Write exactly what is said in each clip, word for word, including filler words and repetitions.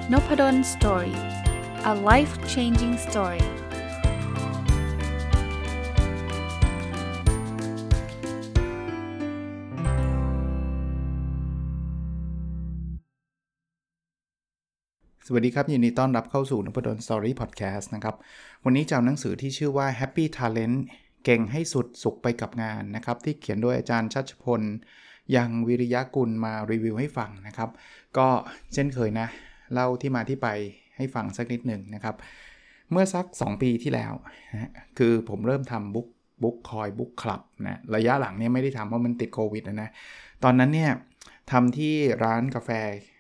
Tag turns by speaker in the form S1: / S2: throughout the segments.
S1: Nopadon Story. A life-changing story.สวัสดีครับยินดีต้อนรับเข้าสู่ Nopadon Story Podcast นะครับวันนี้จะเอาหนังสือที่ชื่อว่า Happy Talent เก่งให้สุดสุขไปกับงานนะครับที่เขียนโดยอาจารย์ชัชพลยังวิริยะกุลมารีวิวให้ฟังนะครับก็เช่นเคยนะเล่าที่มาที่ไปให้ฟังสักนิดหนึ่งนะครับเมื่อสักสองปีที่แล้วนะคือผมเริ่มทำบุ๊กบุ๊กคอยบุ๊กคลับนะระยะหลังเนี่ยไม่ได้ทำเพราะมันติดโควิดนะนะตอนนั้นเนี่ยทำที่ร้านกาแฟ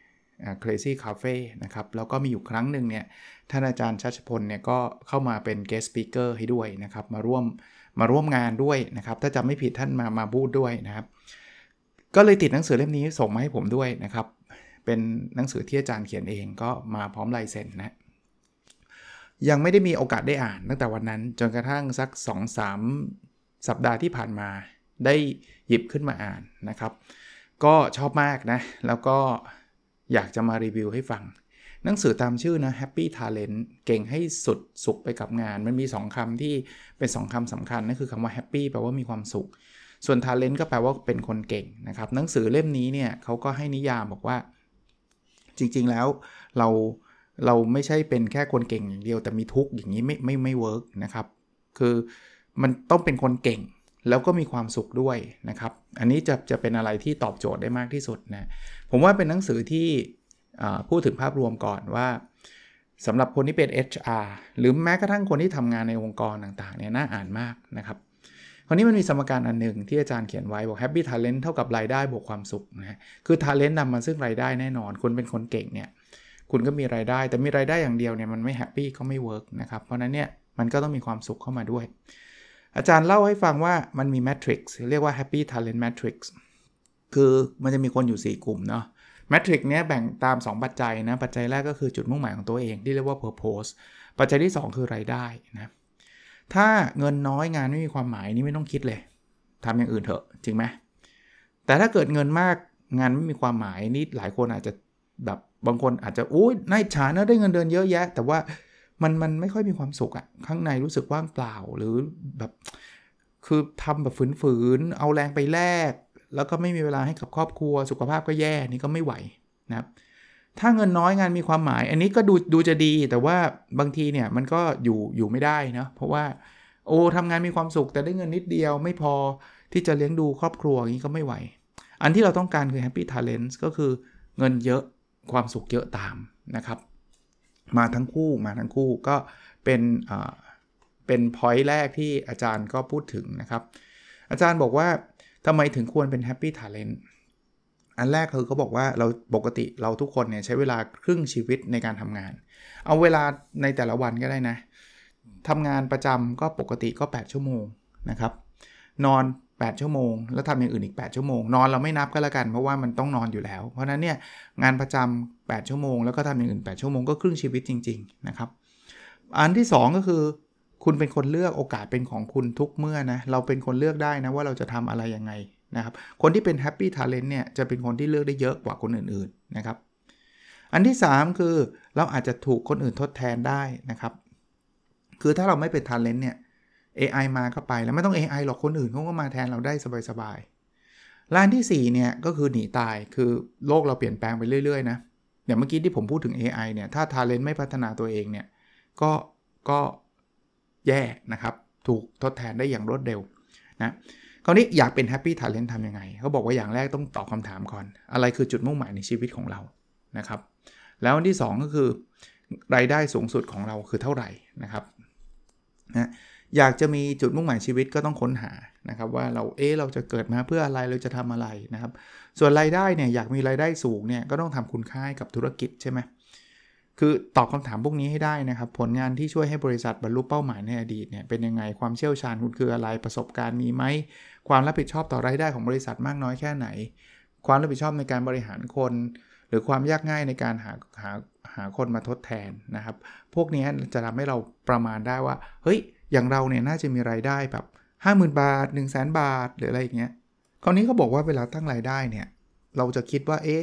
S1: Crazy Cafe นะครับแล้วก็มีอยู่ครั้งหนึ่งเนี่ยท่านอาจารย์ชัชพลเนี่ยก็เข้ามาเป็น guest speaker ให้ด้วยนะครับมาร่วมมาร่วมงานด้วยนะครับถ้าจำไม่ผิดท่านมามาพูดด้วยนะครับก็เลยติดหนังสือเล่มนี้ส่งมาให้ผมด้วยนะครับเป็นหนังสือที่อาจารย์เขียนเองก็มาพร้อมลายเซ็นนะยังไม่ได้มีโอกาสได้อ่านตั้งแต่วันนั้นจนกระทั่งสัก สองถึงสาม สัปดาห์ที่ผ่านมาได้หยิบขึ้นมาอ่านนะครับก็ชอบมากนะแล้วก็อยากจะมารีวิวให้ฟังหนังสือตามชื่อนะ Happy Talent เก่งให้สุดสุขไปกับงานมันมีสองคำที่เป็นสองคำสำคัญนั่นคือคำว่า Happy แปลว่ามีความสุขส่วน Talent ก็แปลว่าเป็นคนเก่งนะครับหนังสือเล่มนี้เนี่ยเขาก็ให้นิยามบอกว่าจริงๆแล้วเราเราไม่ใช่เป็นแค่คนเก่งอย่างเดียวแต่มีทุกอย่างนี้ไม่ไม่ไม่เวิร์กนะครับคือมันต้องเป็นคนเก่งแล้วก็มีความสุขด้วยนะครับอันนี้จะจะเป็นอะไรที่ตอบโจทย์ได้มากที่สุดนะผมว่าเป็นหนังสือที่พูดถึงภาพรวมก่อนว่าสำหรับคนที่เป็น เอช อาร์ หรือแม้กระทั่งคนที่ทำงานในองค์กรต่างๆเนี่ยน่าอ่านมากนะครับคราวนี้มันมีสมการอันหนึ่งที่อาจารย์เขียนไว้บอก Happy Talent เท่ากับรายได้บวกความสุขนะคือ Talent นำมาซึ่งรายได้แน่นอนคุณเป็นคนเก่งเนี่ยคุณก็มีรายได้แต่มีรายได้อย่างเดียวเนี่ยมันไม่แฮปปี้ก็ไม่เวิร์กนะครับเพราะนั้นเนี่ยมันก็ต้องมีความสุขเข้ามาด้วยอาจารย์เล่าให้ฟังว่ามันมี Matrix เรียกว่า Happy Talent Matrix คือมันจะมีคนอยู่สี่กลุ่มเนาะ Matrix เนี้ยแบ่งตามสองปัจจัยนะปัจจัยแรกก็คือจุดมุ่งหมายของตัวเองที่เรียกว่า Purpose ปัจจัยที่สองคือรายได้นะถ้าเงินน้อยงานไม่มีความหมายนี่ไม่ต้องคิดเลยทำอย่างอื่นเถอะจริงไหมแต่ถ้าเกิดเงินมากงานไม่มีความหมายนี่หลายคนอาจจะแบบบางคนอาจจะอุ๊ยน่าอิจฉานะได้เงินเดือนเยอะแยะแต่ว่ามันมันไม่ค่อยมีความสุขอะข้างในรู้สึกว่างเปล่าหรือแบบคือทำแบบฝืนๆเอาแรงไปแลกแล้วก็ไม่มีเวลาให้กับครอบครัวสุขภาพก็แย่นี่ก็ไม่ไหวนะครับถ้าเงินน้อยงานมีความหมายอันนี้ก็ดูดูจะดีแต่ว่าบางทีเนี่ยมันก็อยู่อยู่ไม่ได้นะเพราะว่าโอ้ทำงานมีความสุขแต่ได้เงินนิดเดียวไม่พอที่จะเลี้ยงดูครอบครัวอย่างนี้ก็ไม่ไหวอันที่เราต้องการคือ Happy Talent ก็คือเงินเยอะความสุขเยอะตามนะครับมาทั้งคู่มาทั้งคู่ก็เป็นอ่าเป็น point แรกที่อาจารย์ก็พูดถึงนะครับอาจารย์บอกว่าทำไมถึงควรเป็น Happy Talent อันแรกคือเขาบอกว่าเราปกติเราทุกคนเนี่ยใช้เวลาครึ่งชีวิตในการทำงานเอาเวลาในแต่ละวันก็ได้นะทำงานประจำก็ปกติก็แปดชั่วโมงนะครับนอนแปดชั่วโมงแล้วทำอย่างอื่นอีกแปดชั่วโมงนอนเราไม่นับก็แล้วกันเพราะว่ามันต้องนอนอยู่แล้วเพราะนั้นเนี่ยงานประจำแปดชั่วโมงแล้วก็ทำอย่างอื่นแปดชั่วโมงก็ครึ่งชีวิตจริงๆนะครับอันที่สองก็คือคุณเป็นคนเลือกโอกาสเป็นของคุณทุกเมื่อนะเราเป็นคนเลือกได้นะว่าเราจะทำอะไรยังไงนะครับคนที่เป็น Happy Talent เนี่ยจะเป็นคนที่เลือกได้เยอะกว่าคนอื่นๆนะครับอันที่สามคือเราอาจจะถูกคนอื่นทดแทนได้นะครับคือถ้าเราไม่เป็น Talent เนี่ยเอ ไอ มาเข้าไปแล้วไม่ต้อง เอ ไอ หรอกคนอื่นเขาก็มาแทนเราได้สบายๆร้านที่สี่เนี่ยก็คือหนีตายคือโลกเราเปลี่ยนแปลงไปเรื่อยๆนะอย่างเมื่อกี้ที่ผมพูดถึง เอ ไอ เนี่ยถ้า talent ไม่พัฒนาตัวเองเนี่ยก็ก็แย่นะครับถูกทดแทนได้อย่างรวดเร็วนะคราวนี้อยากเป็น happy talent ทำยังไงเขาบอกว่าอย่างแรกต้องตอบคำถามก่อนอะไรคือจุดมุ่งหมายในชีวิตของเรานะครับแล้วอันที่สองก็คือรายได้สูงสุดของเราคือเท่าไหร่นะครับนะอยากจะมีจุดมุ่งหมายชีวิตก็ต้องค้นหานะครับว่าเราเอ๊ะเราจะเกิดมาเพื่ออะไรเราจะทำอะไรนะครับส่วนรายได้เนี่ยอยากมีรายได้สูงเนี่ยก็ต้องทำคุณค่ากับธุรกิจใช่ไหมคือตอบคำถามพวกนี้ให้ได้นะครับผลงานที่ช่วยให้บริษัทบรรลุเป้าหมายในอดีตเนี่ยเป็นยังไงความเชี่ยวชาญคุณคืออะไรประสบการณ์มีไหมความรับผิดชอบต่อรายได้ของบริษัทมากน้อยแค่ไหนความรับผิดชอบในการบริหารคนหรือความยากง่ายในการหาหาหาคนมาทดแทนนะครับพวกนี้จะทำให้เราประมาณได้ว่าเฮ้ยอย่างเราเนี่ยน่าจะมีรายได้แบบ ห้าหมื่น บาท หนึ่งแสน บาทหรืออะไรอย่างเงี้ยคราวนี้เขาบอกว่าเวลาตั้งรายได้เนี่ยเราจะคิดว่าเอ๊ะ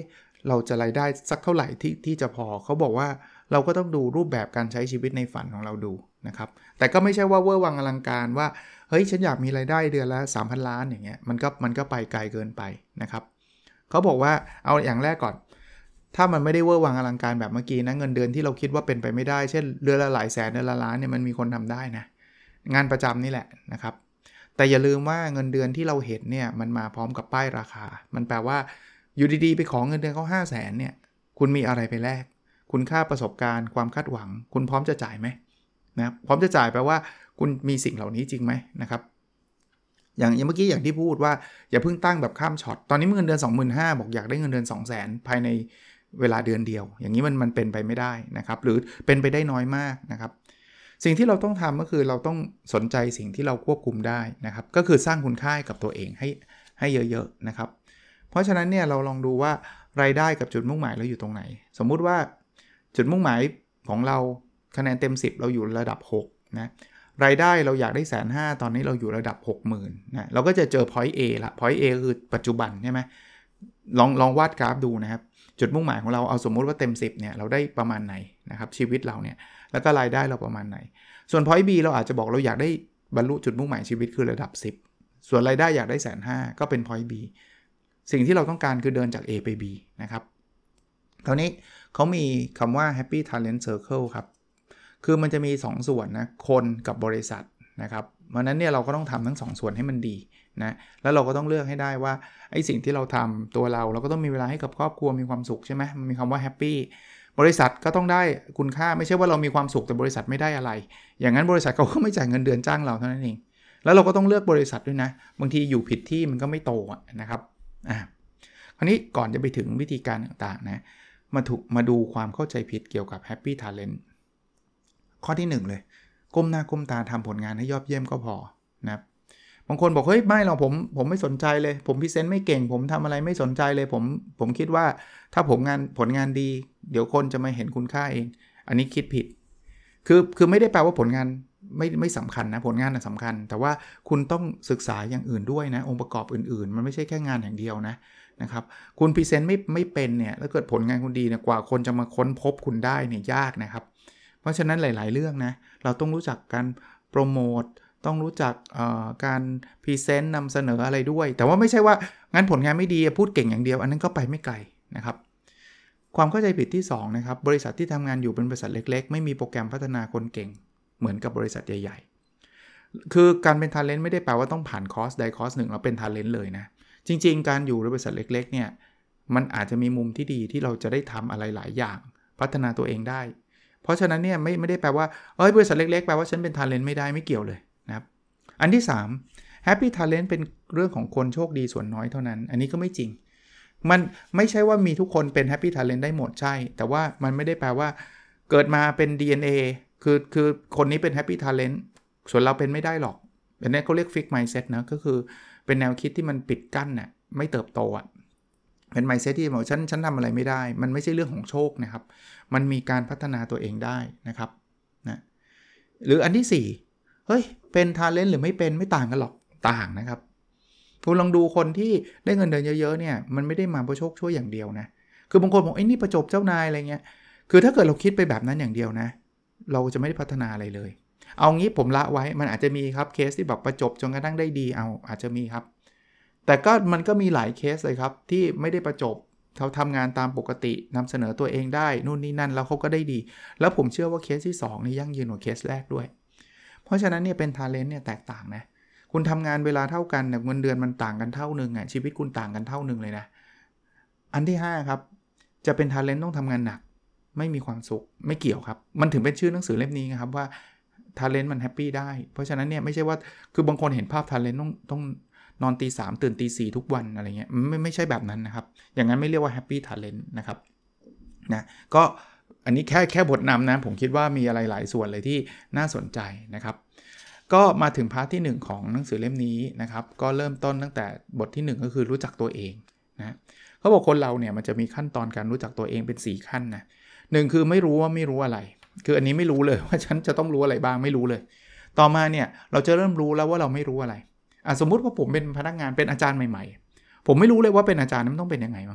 S1: เราจะรายได้สักเท่าไหร่ที่ที่จะพอเขาบอกว่าเราก็ต้องดูรูปแบบการใช้ชีวิตในฝันของเราดูนะครับแต่ก็ไม่ใช่ว่าเวอร์วังอลังการว่าเฮ้ยฉันอยากมีรายได้เดือนละ สามพัน ล้านอย่างเงี้ยมันก็มันก็ไปไกลเกินไปนะครับเขาบอกว่าเอาอย่างแรกก่อนถ้ามันไม่ได้เวอร์วังอลังการแบบเมื่อกี้นะเงินเดือนที่เราคิดว่าเป็นไปไม่ได้เช่นเดือนละหลายแสนเดือนละล้านเนี่ยมันมีคนทำได้นะงานประจำนี่แหละนะครับแต่อย่าลืมว่าเงินเดือนที่เราเห็นเนี่ยมันมาพร้อมกับป้ายราคามันแปลว่าอยู่ดีๆไปขอเงินเดือนเขา ห้าแสน เนี่ยคุณมีอะไรไปแลกคุณค่าประสบการณ์ความคาดหวังคุณพร้อมจะจ่ายไหมนะพร้อมจะจ่ายแปลว่าคุณมีสิ่งเหล่านี้จริงไหมนะครับอย่างอย่างเมื่อกี้อย่างที่พูดว่าอย่าเพิ่งตั้งแบบข้ามช็อตตอนนี้เงินเดือน สองหมื่นห้าพัน บอกอยากได้เงินเดือน สองแสน ภายในเวลาเดือนเดียวอย่างนี้มันมันเป็นไปไม่ได้นะครับหรือเป็นไปได้น้อยมากนะครับสิ่งที่เราต้องทำก็คือเราต้องสนใจสิ่งที่เราควบคุมได้นะครับก็คือสร้างคุณค่ากับตัวเองให้ให้เยอะๆนะครับเพราะฉะนั้นเนี่ยเราลองดูว่ารายได้กับจุดมุ่งหมายเราอยู่ตรงไหนสมมุติว่าจุดมุ่งหมายของเราคะแนนเต็มสิบเราอยู่ระดับหกนะรายได้เราอยากได้ หนึ่งแสนห้าหมื่น ตอนนี้เราอยู่ระดับ หกหมื่น นะเราก็จะเจอ point A ละ point A คือปัจจุบันใช่ไหมลองลองวาดกราฟดูนะครับจุดมุ่งหมายของเราเอาสมมุติว่าเต็มสิบเนี่ยเราได้ประมาณไหนนะครับชีวิตเราเนี่ยแล้วก็รายได้เราประมาณไหนส่วน point B เราอาจจะบอกเราอยากได้บรรลุจุดมุ่งหมายชีวิตคือระดับสิบส่วนรายได้อยากได้ หนึ่งแสนห้าหมื่น ก็เป็น point B สิ่งที่เราต้องการคือเดินจาก A ไป B นะครับคราวนี้เขามีคำว่า Happy Talent Circle ครับคือมันจะมีสองส่วนนะคนกับบริษัทนะครับเพราะนั้นเนี่ยเราก็ต้องทำทั้งสองส่วนให้มันดีนะแล้วเราก็ต้องเลือกให้ได้ว่าไอ้สิ่งที่เราทำตัวเราเราก็ต้องมีเวลาให้กับครอบครัวมีความสุขใช่ไหมมันมีคำว่า Happy บริษัทก็ต้องได้คุณค่าไม่ใช่ว่าเรามีความสุขแต่บริษัทไม่ได้อะไรอย่างนั้นบริษัทเขาก็ไม่จ่ายเงินเดือนจ้างเราเท่านั้นเองแล้วเราก็ต้องเลือกบริษัทด้วยนะบางทีอยู่ผิดที่มันก็ไม่โตนะครับอ่ะคราวนี้ก่อนจะไปถึงวิธีการต่างๆนะมาถูกมาดูความเข้าใจผิดเกี่ยวกับ Happy Talent ข้อที่หนึ่งเลยก้มหน้าก้มตาทำผลงานให้ยอดเยี่ยมก็พอนะบางคนบอกเฮ้ยไม่หรอกผมผมไม่สนใจเลยผมพรีเซนต์ไม่เก่งผมทำอะไรไม่สนใจเลยผมผมคิดว่าถ้าผมงานผลงานดีเดี๋ยวคนจะมาเห็นคุณค่าเองอันนี้คิดผิดคือคือไม่ได้แปลว่าผลงานไม่ไม่สำคัญนะผลงานน่ะสำคัญแต่ว่าคุณต้องศึกษาอย่างอื่นด้วยนะองค์ประกอบอื่นๆมันไม่ใช่แค่งานอย่างเดียวนะนะครับคุณพรีเซนต์ไม่ไม่เป็นเนี่ยแล้วเกิดผลงานคุณดีเนี่ยกว่าคนจะมาค้นพบคุณได้เนี่ยยากนะครับเพราะฉะนั้นหลายๆเรื่องนะเราต้องรู้จักการโปรโมทต้องรู้จักการพรีเซนต์นำเสนออะไรด้วยแต่ว่าไม่ใช่ว่างั้นผลงานไม่ดีพูดเก่งอย่างเดียวอันนั้นก็ไปไม่ไกลนะครับความเข้าใจผิดที่สองนะครับบริษัทที่ทำงานอยู่เป็นบริษัทเล็กๆไม่มีโปรแกรมพัฒนาคนเก่งเหมือนกับบริษัทใหญ่ๆคือการเป็น talent ไม่ได้แปลว่าต้องผ่านคอร์สใดคอร์สหนึ่งแล้วเป็น talent เลยนะจริงๆการอยู่ในบริษัทเล็กๆเนี่ยมันอาจจะมีมุมที่ดีที่เราจะได้ทำอะไรหลายอย่างพัฒนาตัวเองได้เพราะฉะนั้นเนี่ยไม่ไม่ได้แปลว่าเอ้ยบริษัทเล็กๆแปลว่าฉันเป็น talent ไม่ได้ไม่เกี่ยวเลยนะครับอันที่สาม Happy Talent เป็นเรื่องของคนโชคดีส่วนน้อยเท่านั้นอันนี้ก็ไม่จริงมันไม่ใช่ว่ามีทุกคนเป็น Happy Talent ได้หมดใช่แต่ว่ามันไม่ได้แปลว่าเกิดมาเป็น ดี เอ็น เอ คือคือคนนี้เป็น Happy Talent ส่วนเราเป็นไม่ได้หรอกอันนี้เขาเรียก Fixed Mindset นะก็คือเป็นแนวคิดที่มันปิดกั้นน่ะไม่เติบโตอ่ะเป็น mindset ที่บอกฉันฉันทำอะไรไม่ได้มันไม่ใช่เรื่องของโชคนะครับมันมีการพัฒนาตัวเองได้นะครับนะหรืออันที่สี่เฮ้ยเป็น talent หรือไม่เป็นไม่ต่างกันหรอกต่างนะครับคุณลองดูคนที่ได้เงินเดือนเยอะๆเนี่ยมันไม่ได้มาเพราะโชคช่วยอย่างเดียวนะคือบางคนบอกไอ้นี่ประจบเจ้านายอะไรเงี้ยคือถ้าเกิดเราคิดไปแบบนั้นอย่างเดียวนะเราจะไม่ได้พัฒนาอะไรเลยเอางี้ผมละไว้มันอาจจะมีครับเคสที่แบบประจบจนกระทั่งได้ดีเอาอาจจะมีครับแต่ก็มันก็มีหลายเคสเลยครับที่ไม่ได้ประจบเขาทำงานตามปกตินำเสนอตัวเองได้นู่นนี่นั่นแล้วเขาก็ได้ดีแล้วผมเชื่อว่าเคสที่สองนี่ยั่งยืนกว่าเคสแรกด้วยเพราะฉะนั้นเนี่ยเป็น talent เนี่ยแตกต่างนะคุณทำงานเวลาเท่ากันแต่เงินเดือนมันต่างกันเท่านึงอ่ะชีวิตคุณต่างกันเท่านึงเลยนะอันที่ห้าครับจะเป็น talent ต้องทำงานหนักไม่มีความสุขไม่เกี่ยวครับมันถึงเป็นชื่อหนังสือเล่มนี้ครับว่า talent มันแฮปปี้ได้เพราะฉะนั้นเนี่ยไม่ใช่ว่าคือบางคนเห็นภาพ talent ต้องต้องนอนตีสามตื่นตีสี่ทุกวันอะไรเงี้ยไม่ไม่ใช่แบบนั้นนะครับอย่างนั้นไม่เรียกว่า happy talent นะครับนะก็อันนี้แค่แค่บทนำนะผมคิดว่ามีอะไรหลายส่วนเลยที่น่าสนใจนะครับก็มาถึงพาร์ทที่หนึ่งของหนังสือเล่มนี้นะครับก็เริ่มต้นตั้งแต่บทที่หนึ่งก็คือรู้จักตัวเองนะเขาบอกคนเราเนี่ยมันจะมีขั้นตอนการรู้จักตัวเองเป็นสี่ขั้นนะหนึ่งคือไม่รู้ว่าไม่รู้อะไรคืออันนี้ไม่รู้เลยว่าฉันจะต้องรู้อะไรบ้างไม่รู้เลยต่อมาเนี่ยเราจะเริ่มรู้แล้วว่าเราไม่รู้อะไรอ่ะสมมุติว่าผมเป็นพนักงานเป็นอาจารย์ใหม่ๆผมไม่รู้เลยว่าเป็นอาจารย์มันต้องเป็นยังไงมั้งผ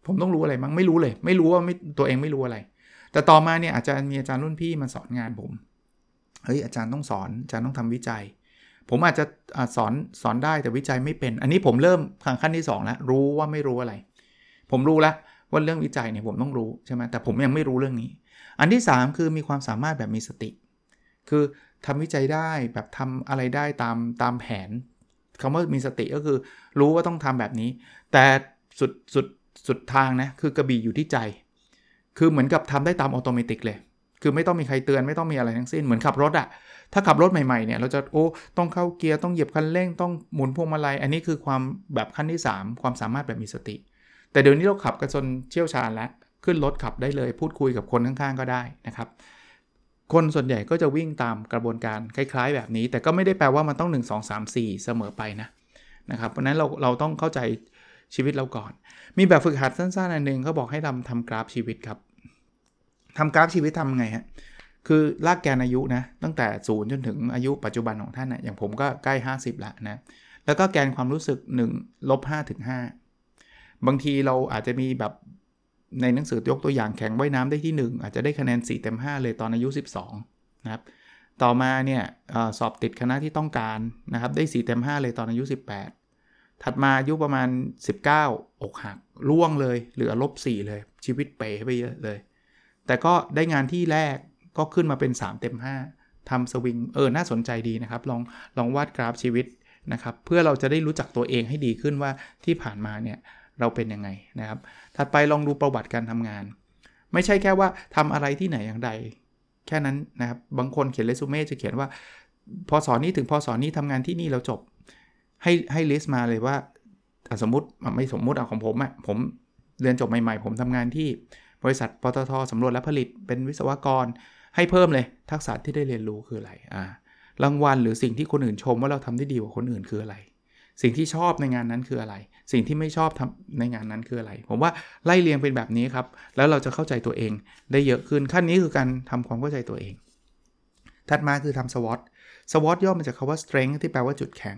S1: ผมต้องรู้อะไรมั้งไม่รู้เลยไม่รู้ว่าไม่ตัวเองไม่รู้อะไรแต่ต่อมาเนี่ยอาจจะมีอาจารย์รุ่นพี่มาสอนงานผมเฮ้ยอาจารย์ต้องสอนอาจารย์ต้องทำวิจัยผมอาจจะสอนสอนได้แต่วิจัยไม่เป็นอันนี้ผมเริ่มขั้นที่สองแล้วรู้ว่าไม่รู้อะไรผมรู้แล้วว่าเรื่องวิจัยเนี่ยผมต้องรู้ใช่ไหมแต่ผมยังไม่รู้เรื่องนี้อันที่สามคือมีความสามารถแบบมีสติคือทำวิจัยได้แบบทำอะไรได้ตามตามแผนคำว่ามีสติก็คือรู้ว่าต้องทำแบบนี้แต่สุดสุดสุดทางนะคือกระบี่อยู่ที่ใจคือเหมือนกับทำได้ตามอัตโนมัติเลยคือไม่ต้องมีใครเตือนไม่ต้องมีอะไรทั้งสิ้นเหมือนขับรถอะถ้าขับรถใหม่ๆเนี่ยเราจะโอ้ต้องเข้าเกียร์ต้องเหยียบคันเร่งต้องหมุนพวงมาลัยอันนี้คือความแบบขั้นที่สามความสามารถแบบมีสติแต่เดี๋ยวนี้เราขับกันจนเชี่ยวชาญแล้วขึ้นรถขับได้เลยพูดคุยกับคนข้างๆก็ได้นะครับคนส่วนใหญ่ก็จะวิ่งตามกระบวนการคล้ายๆแบบนี้แต่ก็ไม่ได้แปลว่ามันต้องหนึ่ง สอง สาม สี่เสมอไปนะนะครับเพราะนั้นเราเราต้องเข้าใจชีวิตเราก่อนมีแบบฝึกหัดสั้นๆอันนึงเขาบอกให้ทำทำกราฟชีวิตครับทำกราฟชีวิตทำไงฮะคือลากแกนอายุนะตั้งแต่ศูนย์จนถึงอายุปัจจุบันของท่านนะอย่างผมก็ใกล้ห้าสิบแล้วนะแล้วก็แกนความรู้สึกหนึ่ง ลบห้าถึงห้าบางทีเราอาจจะมีแบบในหนังสือยกตัวอย่างแข่งว่ายน้ำได้ที่หนึ่งอาจจะได้คะแนนสี่เต็มห้าเลยตอนอายุสิบสองนะครับต่อมาเนี่ยอสอบติดคณะที่ต้องการนะครับได้สี่เต็มห้าเลยตอนอายุสิบแปดถัดมาอายุประมาณสิบเก้าอกหักร่วงเลยเหลือลบสี่เลยชีวิตเป๋ไปเยอะเลยแต่ก็ได้งานที่แรกก็ขึ้นมาเป็นสามเต็มห้าทำสวิงเออน่าสนใจดีนะครับลองลองวาดกราฟชีวิตนะครับเพื่อเราจะได้รู้จักตัวเองให้ดีขึ้นว่าที่ผ่านมาเนี่ยเราเป็นยังไงนะครับถัดไปลองดูประวัติการทำงานไม่ใช่แค่ว่าทำอะไรที่ไหนอย่างใดแค่นั้นนะครับบางคนเขียนเรซูเม่จะเขียนว่าพศนี้ถึงพศนี้ทำงานที่นี่แล้วจบให้ให้ลิสต์มาเลยว่าสมมุติไม่สมมุติเอาของผมอ่ะผมเรียนจบใหม่ๆผมทำงานที่บริษัทปตท.สำรวจและผลิตเป็นวิศวกรให้เพิ่มเลยทักษะที่ได้เรียนรู้คืออะไรอ่ารางวัลหรือสิ่งที่คนอื่นชมว่าเราทำได้ดีกว่าคนอื่นคืออะไรสิ่งที่ชอบในงานนั้นคืออะไรสิ่งที่ไม่ชอบทำในงานนั้นคืออะไรผมว่าไล่เรียงเป็นแบบนี้ครับแล้วเราจะเข้าใจตัวเองได้เยอะขึ้นขั้นนี้คือการทำความเข้าใจตัวเองถัดมาคือทำ SWOT SWOT ย่อมาจากคำว่า strength ที่แปลว่าจุดแข็ง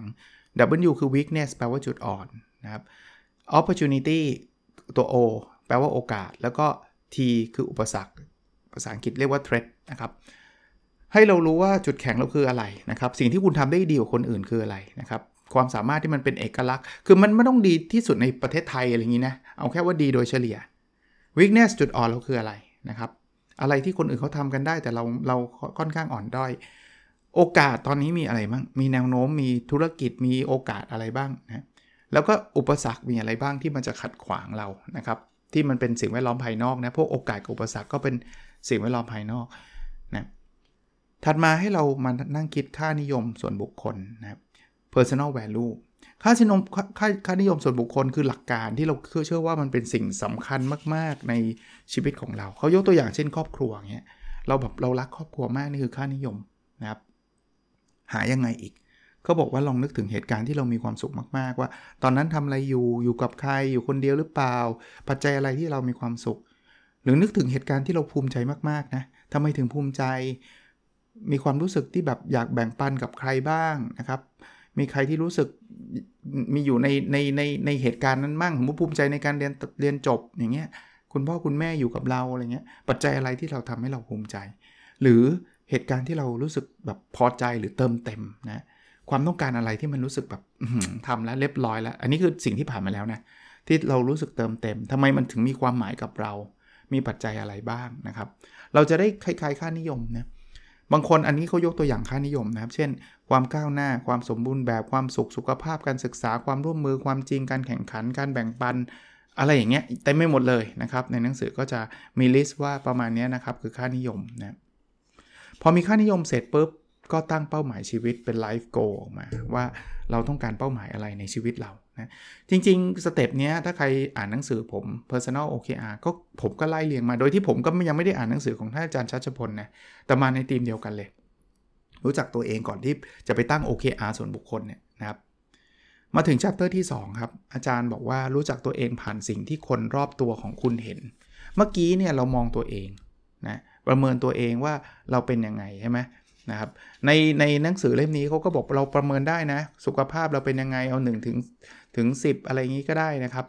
S1: W คือ weakness แปลว่าจุดอ่อนนะครับ opportunity ตัว O แปลว่าโอกาสแล้วก็ T คืออุปสรรคภาษาอังกฤษเรียกว่า threat นะครับให้เรารู้ว่าจุดแข็งเราคืออะไรนะครับสิ่งที่คุณทำได้ดีกว่าคนอื่นคืออะไรนะครับความสามารถที่มันเป็นเอกลักษณ์คือมันไม่ต้องดีที่สุดในประเทศไทยอะไรอย่างนี้นะเอาแค่ว่าดีโดยเฉลี่ย weakness จุดอ่อนเราคืออะไรนะครับอะไรที่คนอื่นเขาทำกันได้แต่เราเราค่อนข้างอ่อนด้อยโอกาสตอนนี้มีอะไรบ้างมีแนวโน้มมีธุรกิจมีโอกาสอะไรบ้างนะแล้วก็อุปสรรคมีอะไรบ้างที่มันจะขัดขวางเรานะครับที่มันเป็นสิ่งแวดล้อมภายนอกนะพวกโอกาสกับอุปสรรคก็เป็นสิ่งแวดล้อมภายนอกนะถัดมาให้เรามานั่งคิดค่านิยมส่วนบุคคลนะครับ personal value ค่านิยมค่าค่านิยมส่วนบุคคลคือหลักการที่เราเชื่อว่ามันเป็นสิ่งสำคัญมากๆในชีวิตของเราเขายกตัวอย่างเช่นครอบครัวเงี้ยเราแบบเรารักครอบครัวมากนี่คือค่านิยมนะครับหายังไงอีกเขาบอกว่าลองนึกถึงเหตุการณ์ที่เรามีความสุขมากๆว่าตอนนั้นทำอะไรอยู่อยู่กับใครอยู่คนเดียวหรือเปล่าปัจจัยอะไรที่เรามีความสุขหรือนึกถึงเหตุการณ์ที่เราภูมิใจมากๆนะทำไมถึงภูมิใจมีความรู้สึกที่แบบอยากแบ่งปันกับใครบ้างนะครับมีใครที่รู้สึกมีอยู่ในในในในเหตุการณ์นั้นมั่งผมภูมิใจในการเรียนเรียนจบอย่างเงี้ยคุณพ่อคุณแม่อยู่กับเราอะไรเงี้ยปัจจัยอะไรที่เราทำให้เราภูมิใจหรือเหตุการณ์ที่เรารู้สึกแบบพอใจหรือเติมเต็มนะความต้องการอะไรที่มันรู้สึกแบบทำแล้วเรียบร้อยแล้วอันนี้คือสิ่งที่ผ่านมาแล้วนะที่เรารู้สึกเติมเต็มทำไมมันถึงมีความหมายกับเรามีปัจจัยอะไรบ้างนะครับเราจะได้คล้ายๆค่านิยมนะบางคนอันนี้เขายกตัวอย่างค่านิยมนะครับเช่นความก้าวหน้าความสมบูรณ์แบบความสุขสุขภาพการศึกษาความร่วมมือความจริงการแข่งขันการแบ่งปันอะไรอย่างเงี้ยเต็มไม่หมดเลยนะครับในหนังสือก็จะมีลิสต์ว่าประมาณนี้นะครับคือค่านิยมนะพอมีค่านิยมเสร็จปุ๊บก็ตั้งเป้าหมายชีวิตเป็นไลฟ์โกลออกมาว่าเราต้องการเป้าหมายอะไรในชีวิตเรานะจริงๆสเต็ปเนี้ยถ้าใครอ่านหนังสือผม Personal โอ เค อาร์ ก็ผมก็ไล่เรียงมาโดยที่ผมก็ยังไม่ได้อ่านหนังสือของท่านอาจารย์ชัชพลนะแต่มาในธีมเดียวกันเลยรู้จักตัวเองก่อนที่จะไปตั้ง โอ เค อาร์ ส่วนบุคคลเนี่ยนะครับมาถึง chapter ที่สองครับอาจารย์บอกว่ารู้จักตัวเองผ่านสิ่งที่คนรอบตัวของคุณเห็นเมื่อกี้เนี่ยเรามองตัวเองนะประเมินตัวเองว่าเราเป็นยังไงใช่ไหมนะครับในในหนังสือเล่มนี้เขาก็บอกเราประเมินได้นะสุขภาพเราเป็นยังไงเอาหนึ่งถึงถึงสิบอะไรอย่างนี้ก็ได้นะครับ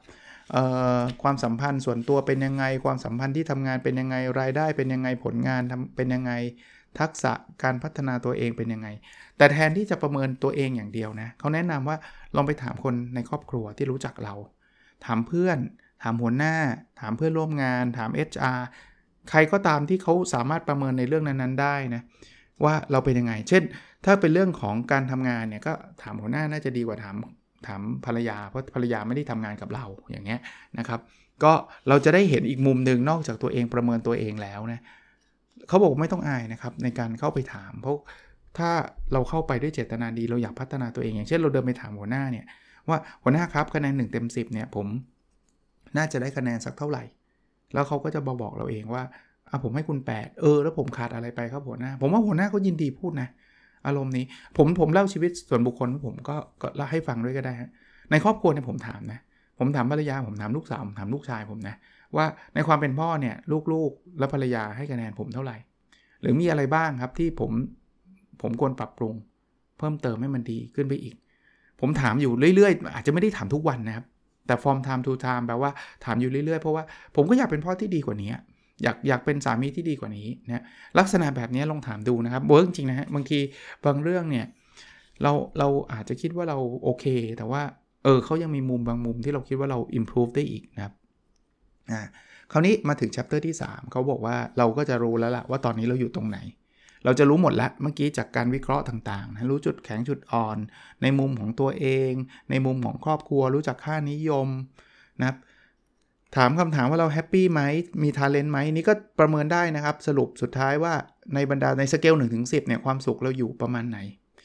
S1: ความสัมพันธ์ส่วนตัวเป็นยังไงความสัมพันธ์ที่ทำงานเป็นยังไงรายได้เป็นยังไงผลงานทำเป็นยังไงทักษะการพัฒนาตัวเองเป็นยังไงแต่แทนที่จะประเมินตัวเองอย่างเดียวนะเขาแนะนำว่าลองไปถามคนในครอบครัวที่รู้จักเราถามเพื่อนถามหัวหน้าถามเพื่อนร่วมงานถาม เอช อาร์ ใครก็ตามที่เขาสามารถประเมินในเรื่องนั้นๆได้นะว่าเราเป็นยังไงเช่นถ้าเป็นเรื่องของการทำงานเนี่ยก็ถามหัวหน้าน่าจะดีกว่าถามถามภรรยาเพราะภรรยาไม่ได้ทำงานกับเราอย่างเงี้ยนะครับก็เราจะได้เห็นอีกมุมนึงนอกจากตัวเองประเมินตัวเองแล้วนะเขาบอกไม่ต้องอายนะครับในการเข้าไปถามเพราะถ้าเราเข้าไปด้วยเจตนาดีเราอยากพัฒนาตัวเองอย่างเช่นเราเดินไปถามหัวหน้าเนี่ยว่าหัวหน้าครับคะแนนหนึ่งเต็มสิบเนี่ยผมน่าจะได้คะแนนสักเท่าไหร่แล้วเขาก็จะมาบอกเราเองว่าอ่ะผมให้คุณแปดเออแล้วผมขาดอะไรไปครับหัวหน้าผมว่าหัวหน้าก็ยินดีพูดนะอารมณ์นี้ผมผมเล่าชีวิตส่วนบุคคลผมก็ก็เล่าให้ฟังด้วยก็ได้ฮะในครอบครัวเนี่ยผมถามนะผมถามภรรยาผมถามลูกสาวผมถามลูกชายผมนะว่าในความเป็นพ่อเนี่ยลูกๆและภรรยาให้คะแนนผมเท่าไหร่หรือมีอะไรบ้างครับที่ผมผมควรปรับปรุงเพิ่มเติมให้มันดีขึ้นไปอีกผมถามอยู่เรื่อยๆอาจจะไม่ได้ถามทุกวันนะครับแต่ from time to time แปลว่าถามอยู่เรื่อยๆเพราะว่าผมก็อยากเป็นพ่อที่ดีกว่านี้อยากอยากเป็นสามีที่ดีกว่านี้นะลักษณะแบบนี้ลองถามดูนะครับเวิร์กจริงนะฮะบางทีบางเรื่องเนี่ยเราเราอาจจะคิดว่าเราโอเคแต่ว่าเออเขายังมีมุมบางมุมที่เราคิดว่าเรา improve ได้อีกนะครับอ่าคราวนี้มาถึง chapter ที่สามเขาบอกว่าเราก็จะรู้แล้วล่ะว่าตอนนี้เราอยู่ตรงไหนเราจะรู้หมดแล้วเมื่อกี้จากการวิเคราะห์ต่างๆนะรู้จุดแข็งจุดอ่อนในมุมของตัวเองในมุมของครอบครัวรู้จักค่านิยมนะครับถามคำถามว่าเราแฮปปี้ไหมมี talent ไหมนี่ก็ประเมินได้นะครับสรุปสุดท้ายว่าในบรรดาในสเกล หนึ่งถึงสิบเนี่ยความสุขเราอยู่ประมาณไหน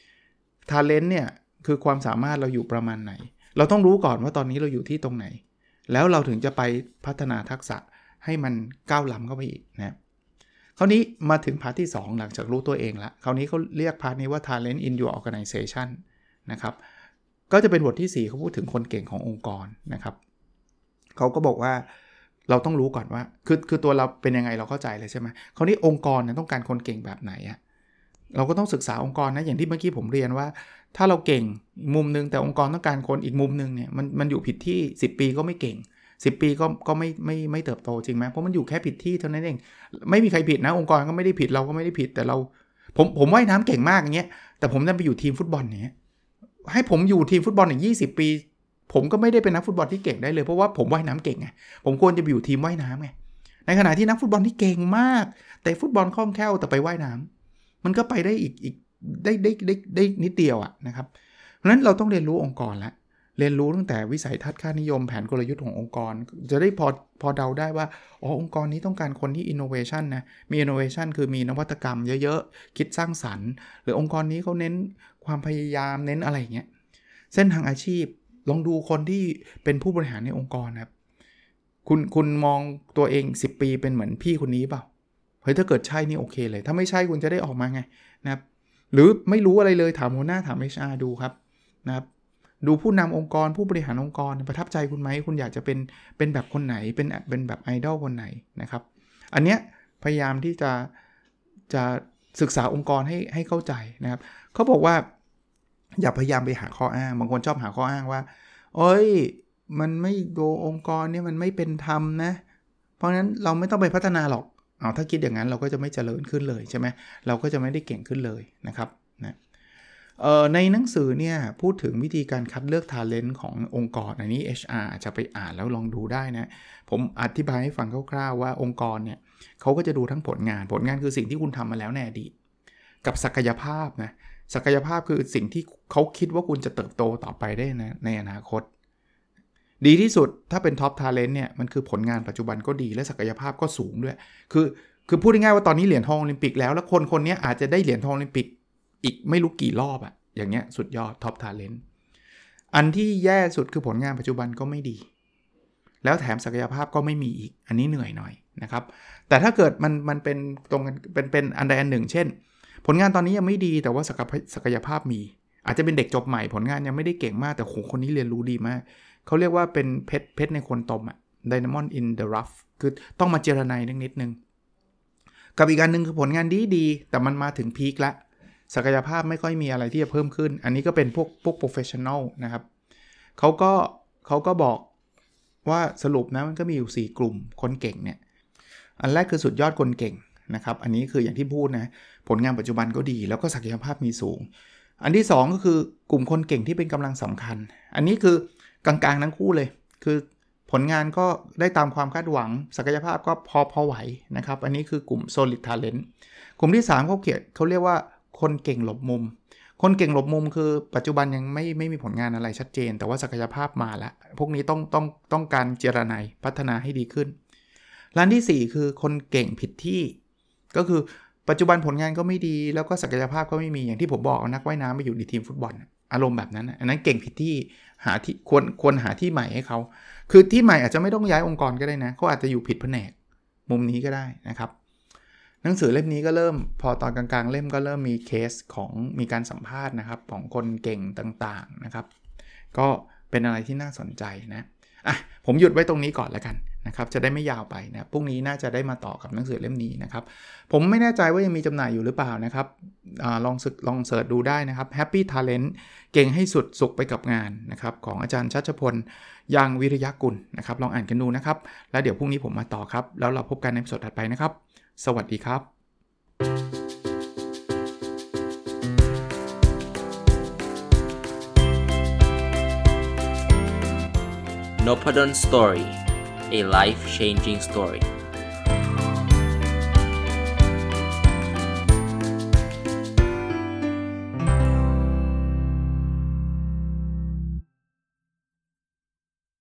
S1: talent เนี่ยคือความสามารถเราอยู่ประมาณไหนเราต้องรู้ก่อนว่าตอนนี้เราอยู่ที่ตรงไหนแล้วเราถึงจะไปพัฒนาทักษะให้มันก้าวล้ำเข้าไปอีกนะคราวนี้มาถึงพาร์ทที่สองหลังจากรู้ตัวเองแล้วคราวนี้เขาเรียกพาร์ทนี้ว่า talent in your organization นะครับก็จะเป็นบทที่สี่เขาพูดถึงคนเก่งขององค์กรนะครับเขาก็บอกว่าเราต้องรู้ก่อนว่าคือคือตัวเราเป็นยังไงเราเข้าใจเลยใช่ไหมคราวนี้องค์กรเนี่ยต้องการคนเก่งแบบไหนอะเราก็ต้องศึกษาองค์กรนะอย่างที่เมื่อกี้ผมเรียนว่าถ้าเราเก่งมุมนึงแต่องค์กรต้องการคนอีกมุมนึงเนี่ยมันมันอยู่ผิดที่สิบปีก็ไม่เก่งสิบปีก็ก็ไม่ไม่ไม่เติบโตจริงไหมเพราะมันอยู่แค่ผิดที่เท่านั้นเองไม่มีใครผิดนะองค์กรก็ไม่ได้ผิดเราก็ไม่ได้ผิดแต่เราผมผมว่ายน้ำเก่งมากอย่างเงี้ยแต่ผมดันไปอยู่ทีมฟุตบอลเนี้ยให้ผมอยู่ทีมฟุตบอลอีกยี่สิบปีผมก็ไม่ได้เป็นนักฟุตบอลที่เก่งได้เลยเพราะว่าผมว่ายน้ำเก่งไงผมควรจะไปอยู่ทีมว่ายน้ำไงในขณะที่นักฟุตบอลที่เก่งมากแต่ฟุตบอลคล่องแคล่วแต่ไปว่ายน้ำมันก็ไปได้อีกอีกได้ได้ได้ได้นิดเดียวอะนะครับเพราะฉะนั้นเราต้องเรียนรู้องค์กรละเรียนรู้ตั้งแต่วิสัยทัศน์ค่านิยมแผนกลยุทธ์ขององค์กรจะได้พอพอเดาได้ว่าอ๋อองค์กรนี้ต้องการคนที่ innovation นะมี innovation คือมีนวัตกรรมเยอะๆคิดสร้างสรรค์หรือองค์กรนี้เขาเน้นความพยายามเน้นอะไรอย่างเงี้ยเส้นทางอาชีพลองดูคนที่เป็นผู้บริหารในองค์กรครับคุณคุณมองตัวเองสิบปีเป็นเหมือนพี่คนนี้เปล่าเฮ้ยถ้าเกิดใช่นี่โอเคเลยถ้าไม่ใช่คุณจะได้ออกมาไงนะครับหรือไม่รู้อะไรเลยถามหัวหน้าถาม เอช อาร์ ดูครับนะครับดูผู้นำองค์กรผู้บริหารองค์กรประทับใจคุณไหมคุณอยากจะเป็นเป็นแบบคนไหนเป็นเป็นแบบไอดอลคนไหนนะครับอันเนี้ยพยายามที่จะจะศึกษาองค์กรให้ให้เข้าใจนะครับเขาบอกว่าอย่าพยายามไปหาข้ออ้างบางคนชอบหาข้ออ้างว่าโอ้ยมันไม่ดูองค์กรเนี่ยมันไม่เป็นธรรมนะเพราะฉะนั้นเราไม่ต้องไปพัฒนาหรอกเอาถ้าคิดอย่างนั้นเราก็จะไม่เจริญขึ้นเลยใช่ไหมเราก็จะไม่ได้เก่งขึ้นเลยนะครับนะเอ่อในหนังสือเนี่ยพูดถึงวิธีการคัดเลือก talent ขององค์กรอันนี้ เอช อาร์ อาจจะไปอ่านแล้วลองดูได้นะผมอธิบายให้ฟังคร่าวๆว่าองค์กรเนี่ยเขาก็จะดูทั้งผลงานผลงานคือสิ่งที่คุณทำมาแล้วในอดีตกับศักยภาพนะศักยภาพคือสิ่งที่เขาคิดว่าคุณจะเติบโตต่อไปได้นะในอนาคตดีที่สุดถ้าเป็น top talent เนี่ยมันคือผลงานปัจจุบันก็ดีและศักยภาพก็สูงด้วยคือคือพูดง่ายๆว่าตอนนี้เหรียญทองโอลิมปิกแล้วแล้วคนคนนี้อาจจะได้เหรียญทองโอลิมปิกอีกไม่รู้กี่รอบอะอย่างเงี้ยสุดยอด top talent อันที่แย่สุดคือผลงานปัจจุบันก็ไม่ดีแล้วแถมศักยภาพก็ไม่มีอีกอันนี้เหนื่อยหน่อยนะครับแต่ถ้าเกิดมันมันเป็นตรงกันเป็นเป็นอันใดอันหนึ่งเช่นผลงานตอนนี้ยังไม่ดีแต่ว่าศักยภาพมีอาจจะเป็นเด็กจบใหม่ผลงานยังไม่ได้เก่งมากแต่โหคนนี้เรียนรู้ดีมากเขาเรียกว่าเป็นเพชรเพชรในคนตมอะ diamond in the rough คือต้องมาเจรไนนิดนึงกับอีกอันนึงคือผลงานดีดีแต่มันมาถึงพีคแล้วศักยภาพไม่ค่อยมีอะไรที่จะเพิ่มขึ้นอันนี้ก็เป็นพวกพวก professional นะครับเขาก็เขาก็บอกว่าสรุปนะมันก็มีอยู่สี่กลุ่มคนเก่งเนี่ยอันแรกคือสุดยอดคนเก่งนะครับอันนี้คืออย่างที่พูดนะผลงานปัจจุบันก็ดีแล้วก็ศักยภาพมีสูงอันที่สองก็คือกลุ่มคนเก่งที่เป็นกำลังสำคัญอันนี้คือกลางๆทั้งคู่เลยคือผลงานก็ได้ตามความคาดหวังศักยภาพก็พอพอไหวนะครับอันนี้คือกลุ่ม solid talent กลุ่มที่สามเขาเขียนเขาเรียกว่าคนเก่งหลบมุมคนเก่งหลบมุมคือปัจจุบันยังไม่ไม่มีผลงานอะไรชัดเจนแต่ว่าศักยภาพมาแล้วพวกนี้ต้องต้องต้องการเจรไนพัฒนาให้ดีขึ้นร้านที่สี่คือคนเก่งผิดที่ก็คือปัจจุบันผลงานก็ไม่ดีแล้วก็ศักยภาพก็ไม่มีอย่างที่ผมบอกนักว่ายน้ำไปอยู่ในทีมฟุตบอลอารมณ์แบบนั้นอันนั้นเก่งผิดที่หาที่ควรควรหาที่ใหม่ให้เขาคือที่ใหม่อาจจะไม่ต้องย้ายองค์กรก็ได้นะเขาอาจจะอยู่ผิดแผนกมุมนี้ก็ได้นะครับหนังสือเล่มนี้ก็เริ่มพอตอนกลางๆเล่มก็เริ่มมีเคสของมีการสัมภาษณ์นะครับของคนเก่งต่างๆนะครับก็เป็นอะไรที่น่าสนใจนะอ่ะผมหยุดไว้ตรงนี้ก่อนแล้วกันนะครับจะได้ไม่ยาวไปนะพรุ่งนี้น่าจะได้มาต่อกับหนังสือเล่มนี้นะครับผมไม่แน่ใจว่ายังมีจำหน่ายอยู่หรือเปล่านะครับอ่าลองศึกลองเสิร์ชดูได้นะครับ Happy Talent เก่งให้สุดสุขไปกับงานนะครับของอาจารย์ชัชพลยังวิริยกุลนะครับลองอ่านกันดูนะครับแล้วเดี๋ยวพรุ่งนี้ผมมาต่อครับแล้วเราพบกันในตอนถัดไปนะครับสวัสดีครับ
S2: Nopadon Story, a life-changing story.